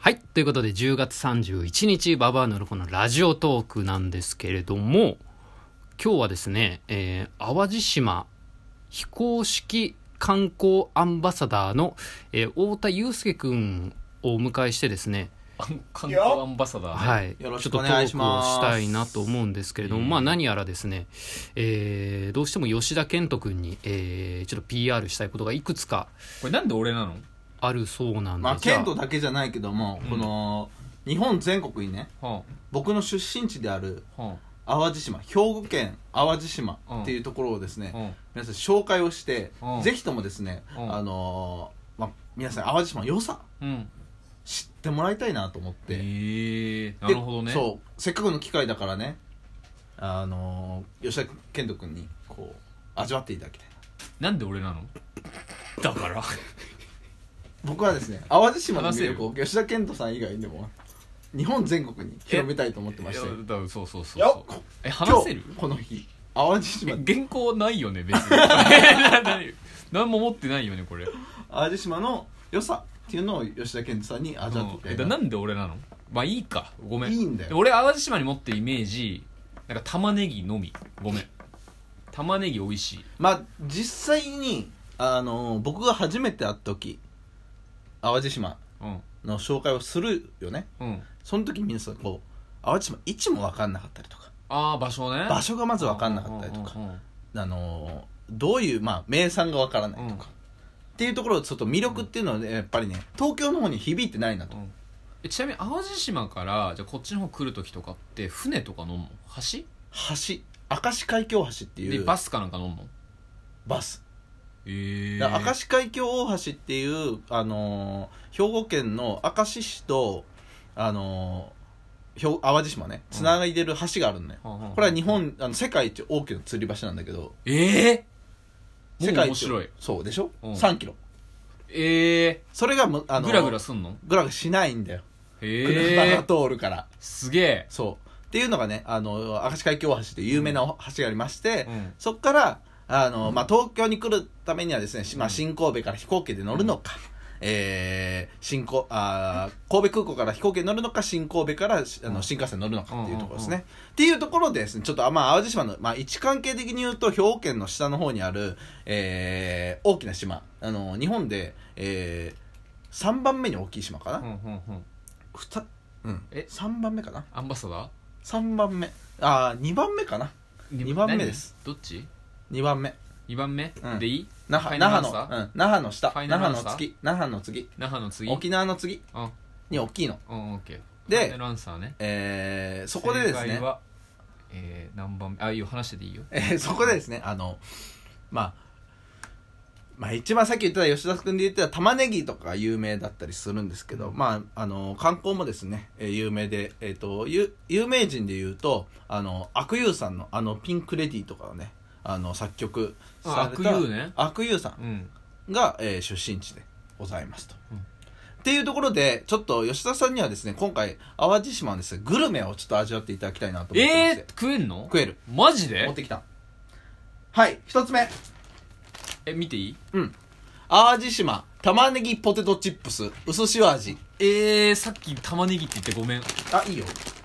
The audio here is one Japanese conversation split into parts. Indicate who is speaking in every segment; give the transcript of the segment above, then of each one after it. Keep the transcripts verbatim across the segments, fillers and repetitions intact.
Speaker 1: はい。ということで、じゅうがつさんじゅういちにち、ババアのこのラジオトークなんですけれども、今日はですね、えー、淡路島非公式観光アンバサダーの、えー、太田祐介くんをお迎えしてですね、
Speaker 2: 観光アンバサダー、ね、
Speaker 1: はい、
Speaker 2: よろ
Speaker 1: しくお願いします。ちょっとトークをしたいなと思うんですけれども、まあ何やらですね、えー、どうしても吉田健人くんに、えー、ちょっと ピーアール したいことがいくつか。
Speaker 2: これなんで俺なの？
Speaker 1: あるそうなんで、
Speaker 3: まあ健人だけじゃないけども、うん、この日本全国にね、はあ、僕の出身地である、はあ、淡路島、兵庫県淡路島っていうところをですね、はあ、皆さん紹介をして、はあ、ぜひともですね、はあ、あのー、まあ、皆さん淡路島の良さ、うん、知ってもらいたいなと思って。
Speaker 2: へー、なるほどね。
Speaker 3: そうせっかくの機会だからね、あのー、吉田健人君にこう味わっていただきたい
Speaker 2: な。なんで俺なの？だから
Speaker 3: 僕はですね、淡路島の魅力を吉田健人さん以外でも日本全国に広めたいと思ってまして。
Speaker 2: いやだそうそうそうそう。え話せる？
Speaker 3: この日淡路島
Speaker 2: 原稿ないよね別に何も持ってないよねこれ。
Speaker 3: 淡路島の良さっていうのを吉田健人さんに味わっていただいた。
Speaker 2: えなんで俺なの？まあいいか、ごめん。
Speaker 3: いいんだよ。
Speaker 2: 俺淡路島に持ってるイメージなんか玉ねぎのみ。ごめん。玉ねぎ美味しい。
Speaker 3: まあ実際にあの僕が初めて会った時、淡路島の紹介をするよね、うん、その時皆さんこう淡路島位置も分かんなかったりとか、
Speaker 2: あ場所ね、
Speaker 3: 場所がまず分かんなかったりとか、あのどういう、まあ、名産が分からないとか、うん、っていうところちょっと魅力っていうのは、ね、やっぱりね東京の方に響いてないなと、うん、
Speaker 2: えちなみに淡路島からじゃあこっちの方来る時とかって船とか乗んの？橋？
Speaker 3: 橋、明石海峡橋っていう。
Speaker 2: でバスかなんか乗んの？
Speaker 3: バス。
Speaker 2: え
Speaker 3: ー、明石海峡大橋っていう、あのー、兵庫県の明石市と、あのー、淡路島ねつながいでる橋があるのね、うん、これは日本あの世界一大きな吊り橋なんだけど、
Speaker 2: えー、
Speaker 3: 世界
Speaker 2: 一面白い。
Speaker 3: そうでしょ、うん、さんキロ。
Speaker 2: えー、
Speaker 3: それがあのー、
Speaker 2: グラグラすんの？
Speaker 3: グラグラしないんだよ、
Speaker 2: えー、
Speaker 3: 車が通るから。
Speaker 2: すげえ。
Speaker 3: そうっていうのがね、あの明石海峡大橋っていう有名な橋がありまして、うん、そっからあの、まあ、東京に来るためにはですね、まあ、新神戸から飛行機で乗るのか、うん、えー、新こあ神戸空港から飛行機に乗るのか、新神戸からあの新幹線に乗るのかっていうところですね、うんうんうん、っていうところでですね、ちょっと、まあ、淡路島の、まあ、位置関係的に言うと兵庫県の下の方にある、えー、大きな島、あの日本で、えー、さんばんめに大きい島かな、うんうんうん、うん、えさんばんめかな、
Speaker 2: アンバサダー
Speaker 3: さんばんめ、あにばんめかな、にばんめです。
Speaker 2: どっち？
Speaker 3: にばんめ。
Speaker 2: にばんめ、うん、でいい？
Speaker 3: 那覇、那覇の、うん、那覇の下、那覇の次、那覇の次、
Speaker 2: 那覇の次、
Speaker 3: 沖縄の次に大きいの。
Speaker 2: うん、オッケー。
Speaker 3: で、
Speaker 2: ファイナルアンサーね。
Speaker 3: えー、そこでですね、
Speaker 2: 正解は、えー、何番目？あ、いいよ、話してていいよ。
Speaker 3: えー、そこでですね、あの、まあ、まあ一番さっき言ってた吉田君で言ってた玉ねぎとか有名だったりするんですけど、うん、まああの観光もですね、えー、有名で、えっ、ー、と有有名人で言うとあの阿久悠さんのあのピンクレディーとかをね、あの作曲された
Speaker 2: 阿久悠ね、
Speaker 3: 阿久悠さんが、うん、えー、出身地でございますと、うん、っていうところでちょっと吉田さんにはですね今回淡路島のですねグルメをちょっと味わっていただきたいなと思ってまして。
Speaker 2: えー、食えんの？
Speaker 3: 食える。
Speaker 2: マジで？
Speaker 3: 持ってきた。はい一つ目、
Speaker 2: え見ていい？
Speaker 3: うん、淡路島玉ねぎポテトチップス薄塩味。
Speaker 2: えー、さっき玉ねぎって言ってごめん。
Speaker 3: あ、いいよ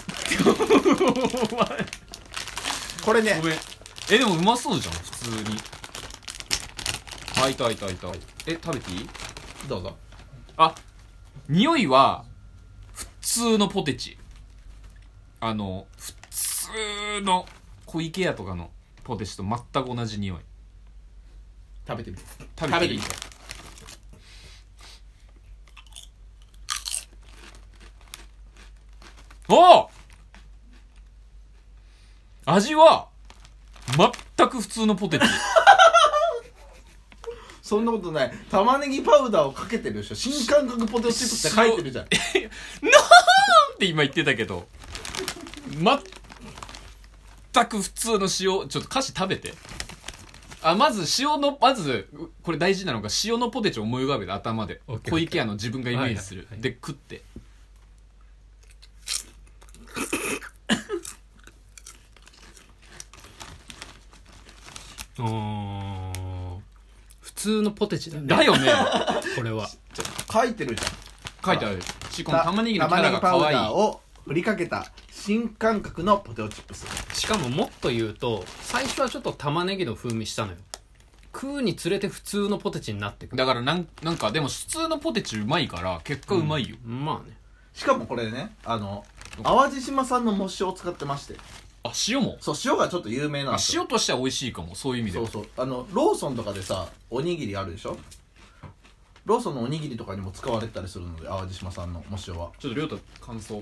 Speaker 3: これね、
Speaker 2: ごめん。えでもうまそうじゃん普通に。あいたいたいた、はい、え食べていい？
Speaker 3: どうぞ。
Speaker 2: あ、匂いは普通のポテチ、あの普通の小池屋とかのポテチと全く同じ匂い。
Speaker 3: 食べてみて。
Speaker 2: 食べていい？お！味は全く普通のポテチ
Speaker 3: そんなことない。玉ねぎパウダーをかけてるでしょ。新感覚ポテトチップスって書いてるじゃん。
Speaker 2: なんって今言ってたけど全く普通の塩。ちょっと歌詞食べて。あ、まず塩の、まずこれ大事なのが塩のポテチを思い浮かべて頭で小池屋の自分がイメージする、はいはいはい、で食って
Speaker 1: あー普通のポテチだね。
Speaker 2: だよね
Speaker 1: これは
Speaker 3: 書いてるじゃん。
Speaker 2: 書いてあるし、この玉ねぎのキャラが可愛い。
Speaker 3: 玉ねぎパウダーを振りかけた新感覚のポテトチップス。
Speaker 1: しかももっと言うと最初はちょっと玉ねぎの風味したのよ。食うにつれて普通のポテチになってくる。
Speaker 2: だからなんなんかでも普通のポテチうまいから結果うまいよ、
Speaker 1: うん、まあね。
Speaker 3: しかもこれね、あの淡路島産の藻塩を使ってまして、
Speaker 2: あ、塩も、
Speaker 3: そう、塩がちょっと有名なん
Speaker 2: あ、
Speaker 3: ですよ。
Speaker 2: 塩としては美味しいかも、そういう意味では。
Speaker 3: そうそう、あのローソンとかでさおにぎりあるでしょ。ローソンのおにぎりとかにも使われたりするので、淡路島産の藻塩は。
Speaker 2: ちょっとりょうた感想。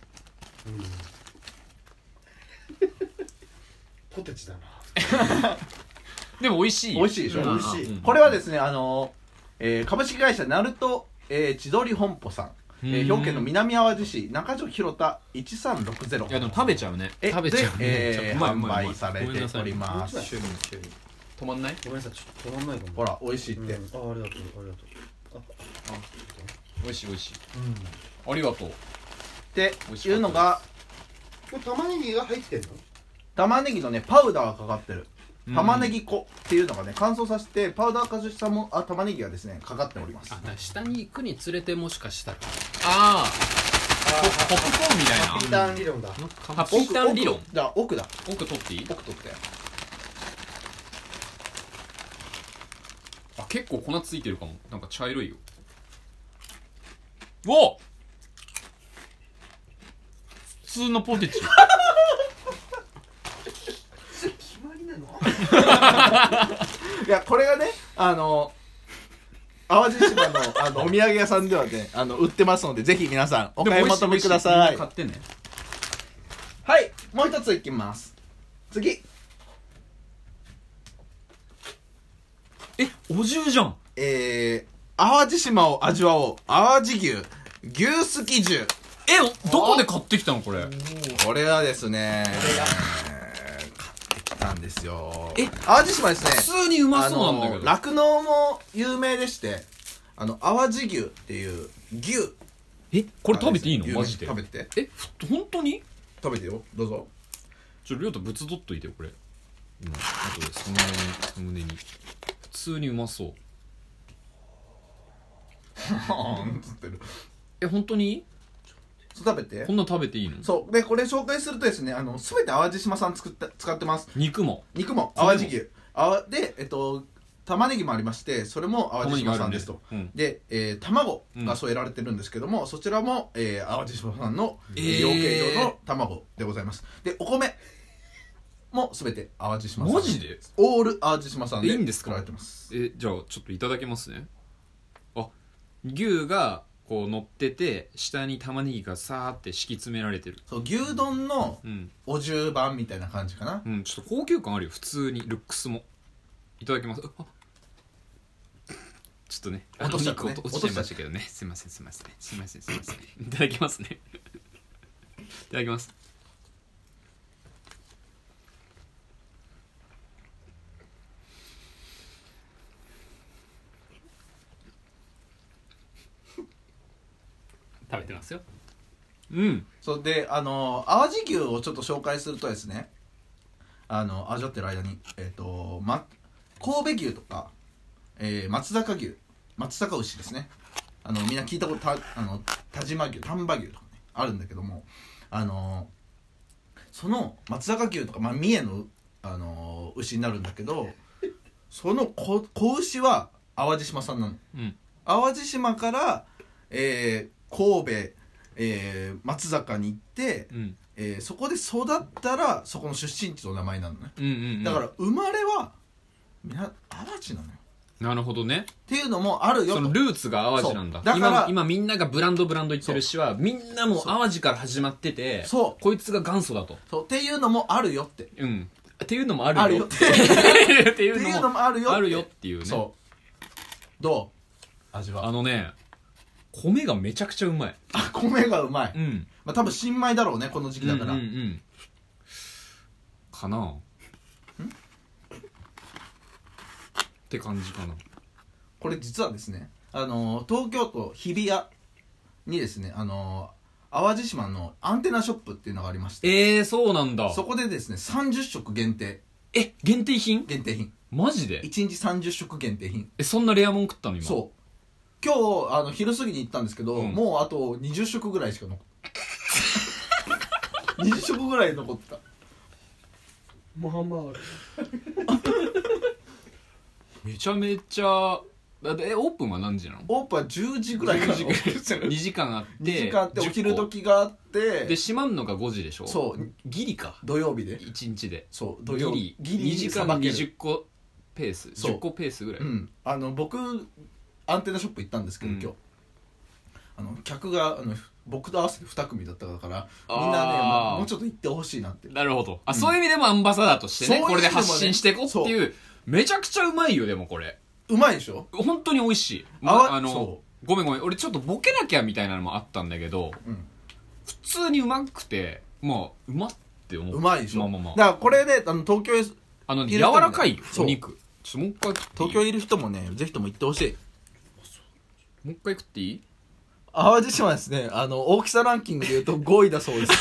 Speaker 4: ポテチだな。
Speaker 2: でも美味しい。
Speaker 3: 美味しいでしょ。
Speaker 4: 美味しい。
Speaker 3: これはですね、あの、えー、株式会社ナルト、えー、千鳥本舗さん、えー、兵庫県の南淡路市中条広田いちさんろくゼロ。
Speaker 2: いやでも食べちゃうね。
Speaker 3: え
Speaker 1: 食べちゃうね。
Speaker 3: で、えー、
Speaker 2: うまいうまいうまい
Speaker 3: 販売されております。
Speaker 4: シュールシュール
Speaker 2: 止まんない？
Speaker 4: ごめんなさい、ちょっと止まんないかも。
Speaker 3: ほら美味しいって、
Speaker 4: うん、あ、ありがとう、ありがとう。あ、あ、
Speaker 2: 美味しい美味しい。
Speaker 3: うん、
Speaker 2: ありがとう。
Speaker 3: っていうのが、
Speaker 4: これ玉ねぎが入ってんの？
Speaker 3: 玉ねぎのねパウダーがかかってる玉ねぎ粉っていうのがね、乾燥させてパウダー化したもあ玉ねぎがですねかかっております。
Speaker 1: あ、だから下に行くにつれてもしかしたら
Speaker 2: ああ、ポップコーンみたいな。
Speaker 4: ハッピーターン理論だ。
Speaker 1: なんか
Speaker 2: ハッピーターン理論。
Speaker 3: 奥だ奥だ
Speaker 2: 奥取っていい？
Speaker 3: 奥取って
Speaker 2: あ、結構粉ついてるかも。なんか茶色いよ。お、普通のポテチ。
Speaker 4: 決まりなの？
Speaker 3: いやこれがね、あの淡路島のあのお土産屋さんではね、あの売ってますので、ぜひ皆さんお買い求めください。
Speaker 2: 買ってね。
Speaker 3: はい、もう一ついきます。次、
Speaker 2: え、お重じゃん。
Speaker 3: えー、淡路島を味わおう淡路牛牛すき重。
Speaker 2: え、どこで買ってきたのこれ？
Speaker 3: これはですね、買ってきたんですよ。え、淡路島ですね、
Speaker 2: 普通にうまそうなんだけど。
Speaker 3: 酪農も有名でして、あの淡路牛っていう牛。
Speaker 2: え、これ食べていいの？
Speaker 3: 有名
Speaker 2: マジで。
Speaker 3: 食べて
Speaker 2: え、ふ本当に？
Speaker 3: 食べてよ、どうぞ。
Speaker 2: ちょ、りょうた物取っといてよこれ。今後でそのサムネに。普通にうまそう。
Speaker 3: はーんつってる。
Speaker 2: え、本当に？
Speaker 3: そう、食べて
Speaker 2: こんな食べていいの？
Speaker 3: そうで、これ紹介するとですね、あの全て淡路島産作った使ってます。
Speaker 2: 肉も。
Speaker 3: 肉も淡路牛あわで、えっと玉ねぎもありまして、それも淡路島産ですと。
Speaker 2: うん、
Speaker 3: で、えー、卵が添えられてるんですけども、うん、そちらも、えー、淡路島産の、えー、養鶏用の卵でございます。で、お米もすべて淡路島産。
Speaker 2: マジで？
Speaker 3: オール淡路島産で
Speaker 2: いいんですか？
Speaker 3: 作られてます。
Speaker 2: え、じゃあちょっといただきますね。あ、牛がこう乗ってて、下に玉ねぎがさーって敷き詰められてる。
Speaker 3: そう、牛丼の
Speaker 2: うん
Speaker 3: お重版みたいな感じかな。
Speaker 2: うん、ちょっと高級感あるよ、普通に。ルックスも。いただきます。あ、ちょっとね、
Speaker 3: 落としちゃったね
Speaker 2: お肉落ちちゃいましたけどね。すいませんすいませんすいませんすいません。いただきますね。いただきます。
Speaker 1: 食べてますよ。
Speaker 2: うん。
Speaker 3: そうで、あの淡路牛をちょっと紹介するとですね、あの味わってる間に、えっ、ー、と、ま、神戸牛とか、えー、松坂牛、松坂牛ですね。あのみんな聞いたこと、たあの田島牛、丹波牛とかねあるんだけども、あのその松坂牛とか、まあ、三重の、あの牛になるんだけど、その子子牛は淡路島産なの。
Speaker 2: うん。
Speaker 3: 淡路島から、えー、神戸、えー、松坂に行って、
Speaker 2: うん。
Speaker 3: えー、そこで育ったらそこの出身地の名前なのね。
Speaker 2: うんうんうん。
Speaker 3: だから生まれはみな淡路なのよ
Speaker 2: なるほどね。
Speaker 3: っていうのもあるよと。
Speaker 2: そのルーツが淡路なんだ。
Speaker 3: だから
Speaker 2: 今、今みんながブランドブランド言ってるしは、みんなもう淡路から始まってて、
Speaker 3: そう
Speaker 2: こいつが元祖だと。
Speaker 3: そうっていうのもあるよってっ
Speaker 2: うん。っていうのもあるよ。
Speaker 3: あるよ
Speaker 2: っていう
Speaker 3: ていうのもあるよって
Speaker 2: あるよっていうね。
Speaker 3: そうどう味は。
Speaker 2: あのね、米がめちゃくちゃうまい。
Speaker 3: あ、米がうまい、
Speaker 2: うん。
Speaker 3: まあ、多分新米だろうねこの時期だから、
Speaker 2: うんうんうん。かなって感じかな。
Speaker 3: これ実はですね、あのー、東京都日比谷にですね、あのー、淡路島のアンテナショップっていうのがありまして、
Speaker 2: えー、そうなんだ。
Speaker 3: そこでですねさんじゅっしょく限定
Speaker 2: え、限定品？
Speaker 3: 限定品
Speaker 2: マジで？
Speaker 3: いちにちさんじゅっしょく限定品。
Speaker 2: え、そんなレアもん食ったの今？
Speaker 3: そう今日あの昼過ぎに行ったんですけど、
Speaker 2: うん
Speaker 3: もうあとにじゅっしょくぐらいしか残ってにじゅっしょくぐらい残ってた。
Speaker 4: もうハンバーガー
Speaker 2: めちゃめちゃだってえオープンは何時なの？
Speaker 3: オープンはじゅうじぐらいから
Speaker 2: じゅうじぐらいにじかんあって
Speaker 3: にじかんあってお昼
Speaker 2: じゅっこ
Speaker 3: 時があって
Speaker 2: で閉まんのがごじでしょ。
Speaker 3: そう
Speaker 2: ギリか
Speaker 3: 土曜日で
Speaker 2: いちにちで
Speaker 3: そう土曜
Speaker 2: ギ
Speaker 3: 日
Speaker 2: リにじかんにじゅっこペース
Speaker 3: そう
Speaker 2: じゅっこペースぐらい、
Speaker 3: うんあの僕アンテナショップ行ったんですけど、
Speaker 2: うん
Speaker 3: 今日あの客があの僕と合わせてに組だったから
Speaker 2: あー
Speaker 3: みんなねもうもうちょっと行ってほしいなって。
Speaker 2: なるほどあ、そういう意味でもアンバサダーとしてね
Speaker 3: そういう意味でもね
Speaker 2: これで発信していこうっていうめちゃくちゃうまいよ。でもこれ
Speaker 3: うまいでしょ。
Speaker 2: 本当に美味しい、
Speaker 3: あ
Speaker 2: ま、あの
Speaker 3: そ
Speaker 2: ごめんごめん俺ちょっとボケなきゃみたいなのもあったんだけど
Speaker 3: うん
Speaker 2: 普通にうまくてまあうまって思う
Speaker 3: うまいでしょ。
Speaker 2: まあまあまあ
Speaker 3: だからこれであの東京へ
Speaker 2: あの、ね、柔
Speaker 3: いる人もね
Speaker 2: らかいよ
Speaker 3: そう
Speaker 2: お肉ちょっともう一回食っていい
Speaker 3: 東京にいる人もねぜひとも行ってほしい。
Speaker 2: もう一回食っていい？
Speaker 3: 淡路島はですねあの大きさランキングで言うとごいだそうです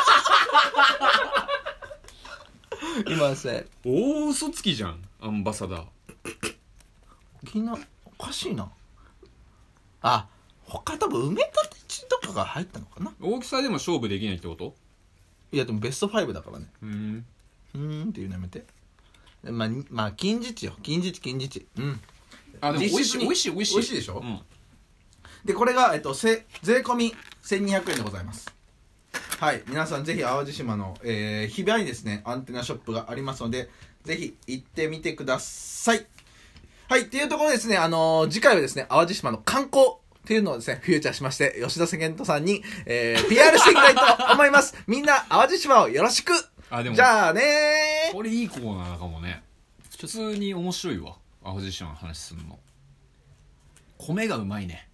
Speaker 3: 今ですね
Speaker 2: 大嘘つきじゃんアンバサダー。
Speaker 3: みんなおかしいなあ他多分埋め立て地とかが入ったのかな。
Speaker 2: 大きさでも勝負できないってこと？
Speaker 3: いやでもベストごだからね。
Speaker 2: うん
Speaker 3: うーんっていうのやめて。まあ、にまあ近似値よ近似値近似値うん
Speaker 2: あでも美味しい
Speaker 3: 実質に
Speaker 2: 美味しい美味しい
Speaker 3: 美味しいでしょ
Speaker 2: うん
Speaker 3: でこれが、えっと、せ税込みせんにひゃくえんでございます。はい皆さんぜひ淡路島の、えー、日比谷にですねアンテナショップがありますのでぜひ行ってみてください。はいっていうところでですねあのー、次回はですね淡路島の観光っていうのをですねフューチャーしまして吉田セゲントさんに、えー、ピーアール していきたいと思いますみんな淡路島をよろしく。
Speaker 2: あでも
Speaker 3: じゃあねー。
Speaker 2: これいいコーナーかもね。普通に面白いわ淡路島の話すんの。米がうまいね。